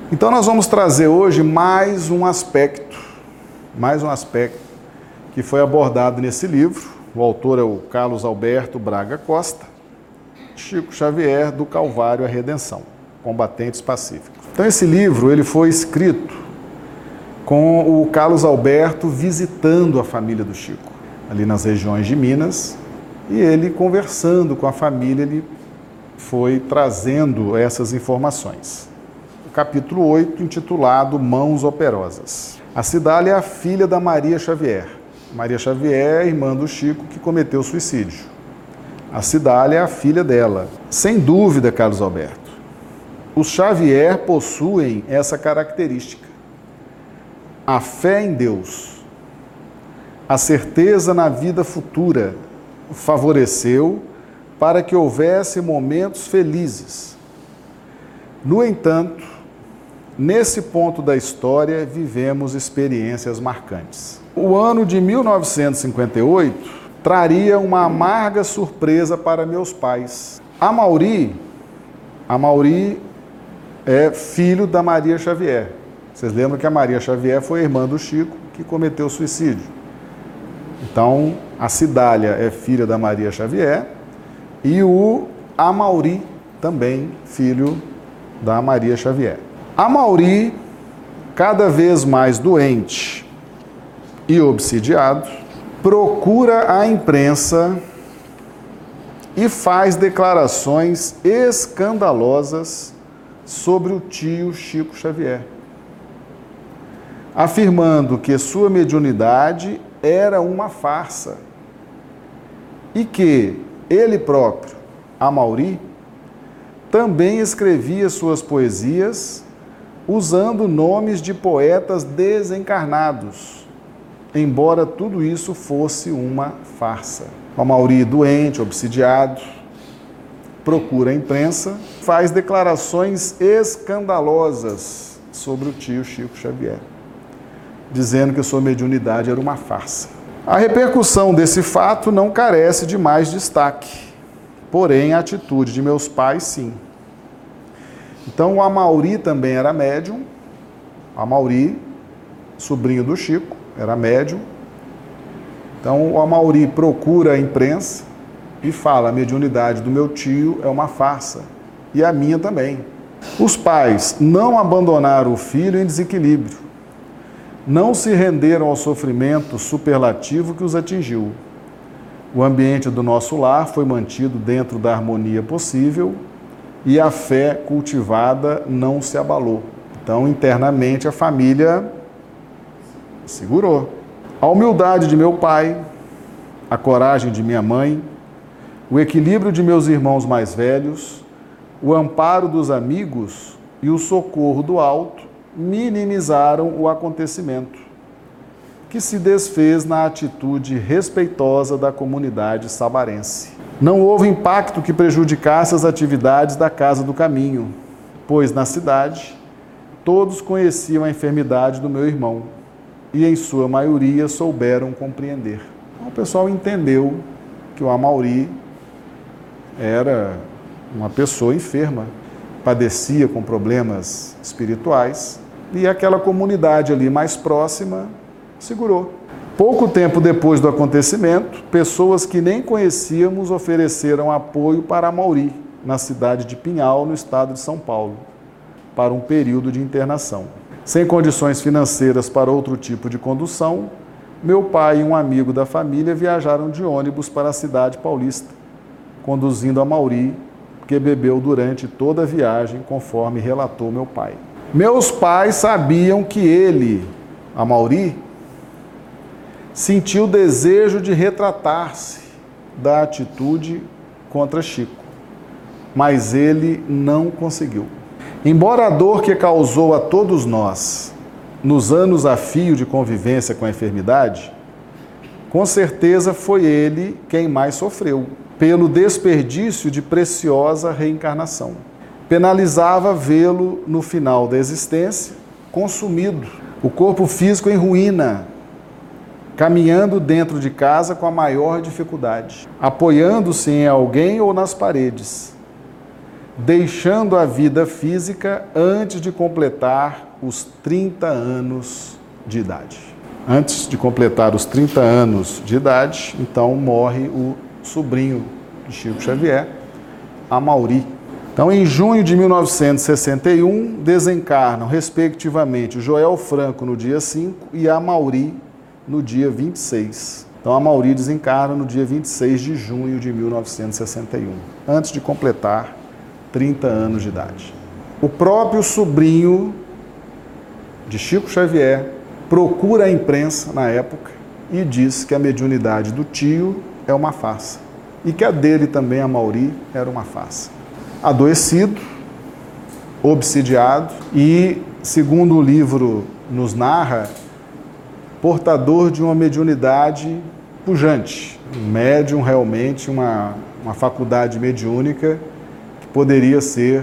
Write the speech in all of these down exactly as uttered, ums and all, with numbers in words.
Então nós vamos trazer hoje mais um aspecto, mais um aspecto que foi abordado nesse livro. O autor é o Carlos Alberto Braga Costa, Chico Xavier, do Calvário à Redenção, Combatentes Pacíficos. Então esse livro ele foi escrito com o Carlos Alberto visitando a família do Chico, ali nas regiões de Minas, e ele conversando com a família, ele foi trazendo essas informações. O capítulo oito, intitulado Mãos Operosas. A Cidália é a filha da Maria Xavier. Maria Xavier é a irmã do Chico que cometeu suicídio. A Cidália é a filha dela. Sem dúvida, Carlos Alberto, os Xavier possuem essa característica. A fé em Deus, a certeza na vida futura, favoreceu para que houvesse momentos felizes. No entanto, nesse ponto da história, vivemos experiências marcantes. O ano de mil novecentos e cinquenta e oito traria uma amarga surpresa para meus pais. Amaury, Amaury é filho da Maria Xavier. Vocês lembram que a Maria Xavier foi a irmã do Chico que cometeu suicídio. Então, a Cidália é filha da Maria Xavier e o Amaury também filho da Maria Xavier. Amaury, cada vez mais doente e obsidiado, procura a imprensa e faz declarações escandalosas sobre o tio Chico Xavier, afirmando que sua mediunidade era uma farsa e que ele próprio, Amaury, também escrevia suas poesias usando nomes de poetas desencarnados, embora tudo isso fosse uma farsa. O Amaury, doente, obsidiado, procura a imprensa, faz declarações escandalosas sobre o tio Chico Xavier, dizendo que sua mediunidade era uma farsa. A repercussão desse fato não carece de mais destaque, porém a atitude de meus pais, sim. Então o Amaury também era médium, o Amaury, sobrinho do Chico, era médium. Então o Amaury procura a imprensa e fala: a mediunidade do meu tio é uma farsa, e a minha também. Os pais não abandonaram o filho em desequilíbrio, não se renderam ao sofrimento superlativo que os atingiu. O ambiente do nosso lar foi mantido dentro da harmonia possível e a fé cultivada não se abalou. Então, internamente, a família segurou. A humildade de meu pai, a coragem de minha mãe, o equilíbrio de meus irmãos mais velhos, o amparo dos amigos e o socorro do alto minimizaram o acontecimento, que se desfez na atitude respeitosa da comunidade sabarense. Não houve impacto que prejudicasse as atividades da Casa do Caminho, pois na cidade todos conheciam a enfermidade do meu irmão e, em sua maioria, souberam compreender. Então, o pessoal entendeu que o Amaury era uma pessoa enferma, padecia com problemas espirituais, e aquela comunidade ali mais próxima segurou. Pouco tempo depois do acontecimento, pessoas que nem conhecíamos ofereceram apoio para Amaury, na cidade de Pinhal, no estado de São Paulo, para um período de internação. Sem condições financeiras para outro tipo de condução, meu pai e um amigo da família viajaram de ônibus para a cidade paulista, conduzindo Amaury, que bebeu durante toda a viagem, conforme relatou meu pai. Meus pais sabiam que ele, Amaury, sentiu o desejo de retratar-se da atitude contra Chico, mas ele não conseguiu. Embora a dor que causou a todos nós, nos anos a fio de convivência com a enfermidade, com certeza foi ele quem mais sofreu, pelo desperdício de preciosa reencarnação. Penalizava vê-lo no final da existência, consumido, o corpo físico em ruína, caminhando dentro de casa com a maior dificuldade, apoiando-se em alguém ou nas paredes, deixando a vida física antes de completar os trinta anos de idade. Antes de completar os trinta anos de idade, então morre o sobrinho de Chico Xavier, Amaury. Então, em junho de mil novecentos e sessenta e um, desencarnam, respectivamente, o Joel Franco no dia cinco e Amaury no dia vinte e seis. Então, Amaury desencarna no dia vinte e seis de junho de mil novecentos e sessenta e um, antes de completar trinta anos de idade. O próprio sobrinho de Chico Xavier procura a imprensa na época e diz que a mediunidade do tio é uma farsa e que a dele também, Amaury, era uma farsa. Adoecido, obsidiado e, segundo o livro nos narra, portador de uma mediunidade pujante, um médium realmente, uma, uma faculdade mediúnica que poderia ser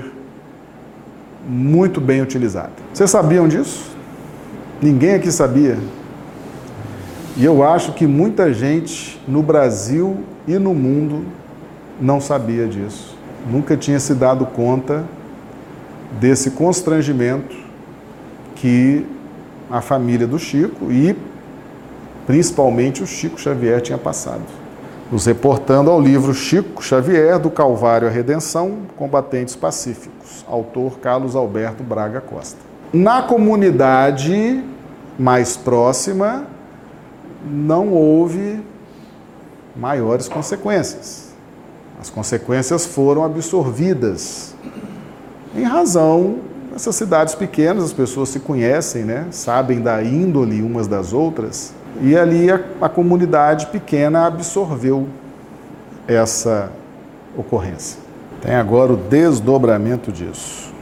muito bem utilizada. Vocês sabiam disso? Ninguém aqui sabia. E eu acho que muita gente no Brasil e no mundo não sabia disso. Nunca tinha se dado conta desse constrangimento que a família do Chico e principalmente o Chico Xavier tinha passado. Nos reportando ao livro Chico Xavier, do Calvário à Redenção, Combatentes Pacíficos, autor Carlos Alberto Braga Costa. Na comunidade mais próxima, não houve maiores consequências. As consequências foram absorvidas em razão dessas cidades pequenas, as pessoas se conhecem, né? Sabem da índole umas das outras, e ali a, a comunidade pequena absorveu essa ocorrência. Tem agora o desdobramento disso.